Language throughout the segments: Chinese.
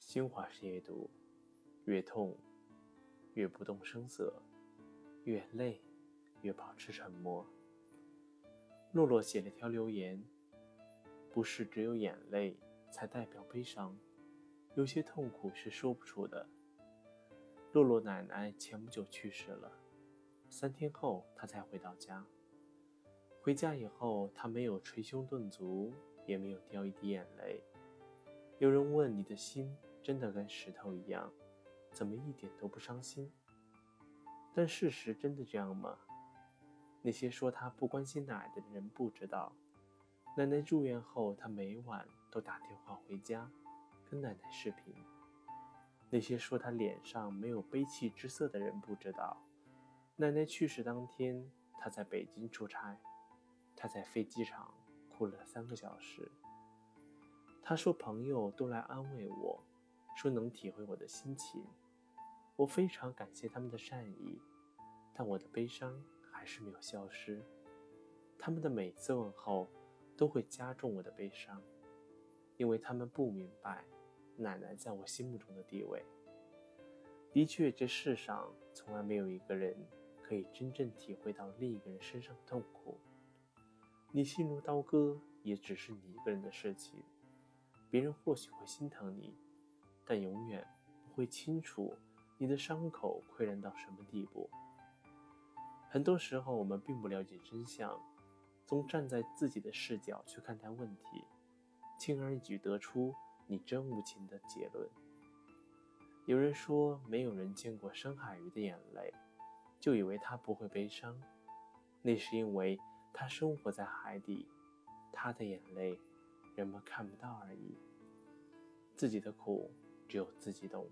新华社阅读，越痛越不动声色，越累越保持沉默。洛洛写了条留言，不是只有眼泪才代表悲伤，有些痛苦是说不出的。洛洛奶奶前不久去世了，3天后她才回到家。回家以后，她没有捶胸顿足，也没有掉一滴眼泪。有人问，你的心真的跟石头一样，怎么一点都不伤心？但事实真的这样吗？那些说他不关心奶奶的人不知道，奶奶住院后，他每晚都打电话回家，跟奶奶视频。那些说他脸上没有悲戚之色的人不知道，奶奶去世当天，他在北京出差，他在飞机场哭了3个小时。他说朋友都来安慰我，说能体会我的心情，我非常感谢他们的善意，但我的悲伤还是没有消失。他们的每次问候都会加重我的悲伤，因为他们不明白奶奶在我心目中的地位。的确，这世上从来没有一个人可以真正体会到另一个人身上的痛苦。你心如刀割，也只是你一个人的事情。别人或许会心疼你，但永远不会清楚你的伤口溃烂到什么地步。很多时候我们并不了解真相，总站在自己的视角去看待问题，轻而易举得出你真无情的结论。有人说，没有人见过深海鱼的眼泪，就以为它不会悲伤，那是因为它生活在海底，它的眼泪人们看不到而已。自己的苦只有自己懂。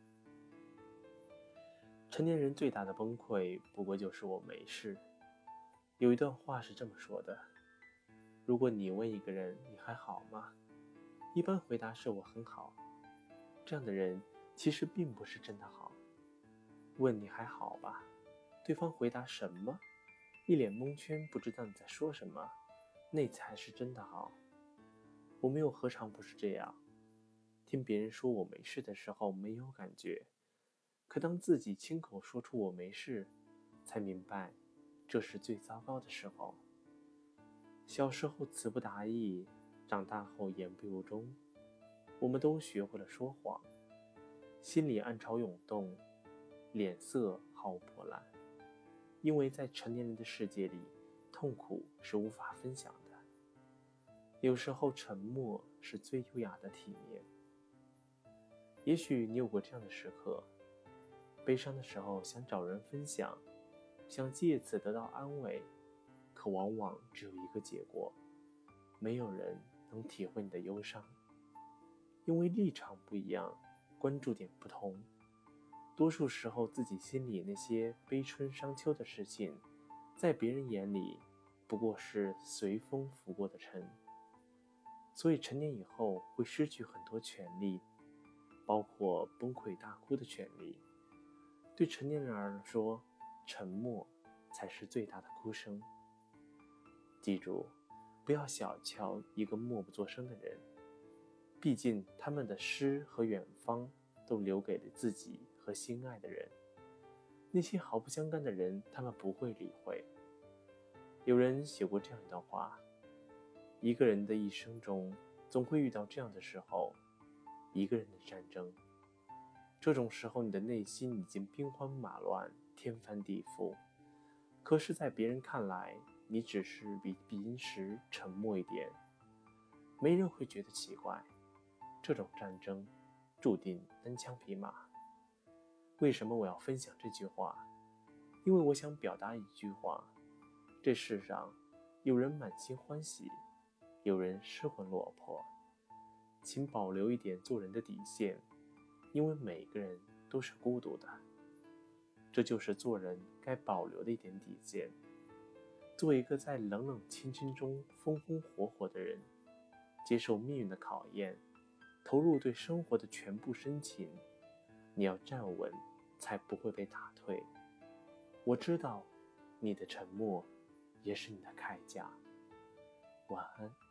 成年人最大的崩溃不过就是我没事。有一段话是这么说的，如果你问一个人你还好吗，一般回答是我很好，这样的人其实并不是真的好。问你还好吧，对方回答什么，一脸蒙圈，不知道你在说什么，那才是真的好。我们又何尝不是这样？听别人说我没事的时候没有感觉，可当自己亲口说出我没事，才明白这是最糟糕的时候。小时候词不达意，长大后言不由衷，我们都学会了说谎，心里暗潮涌动，脸色毫无波澜。因为在成年人的世界里，痛苦是无法分享的。有时候沉默是最优雅的体面。也许你有过这样的时刻，悲伤的时候想找人分享，想借此得到安慰，可往往只有一个结果，没有人能体会你的忧伤。因为立场不一样，关注点不同，多数时候自己心里那些悲春伤秋的事情，在别人眼里不过是随风拂过的尘。所以成年以后会失去很多权利，包括崩溃大哭的权利。对成年人而说，沉默才是最大的哭声。记住，不要小瞧一个默不作声的人，毕竟他们的诗和远方都留给了自己和心爱的人。那些毫不相干的人，他们不会理会。有人写过这样一段话，一个人的一生中总会遇到这样的时候，一个人的战争。这种时候你的内心已经兵荒马乱，天翻地覆，可是在别人看来，你只是比平时沉默一点，没人会觉得奇怪。这种战争注定单枪匹马。为什么我要分享这句话？因为我想表达一句话，这世上有人满心欢喜，有人失魂落魄，请保留一点做人的底线，因为每个人都是孤独的。这就是做人该保留的一点底线。做一个在冷冷清清中风风火火的人，接受命运的考验，投入对生活的全部深情。你要站稳，才不会被打退。我知道，你的沉默也是你的铠甲。晚安。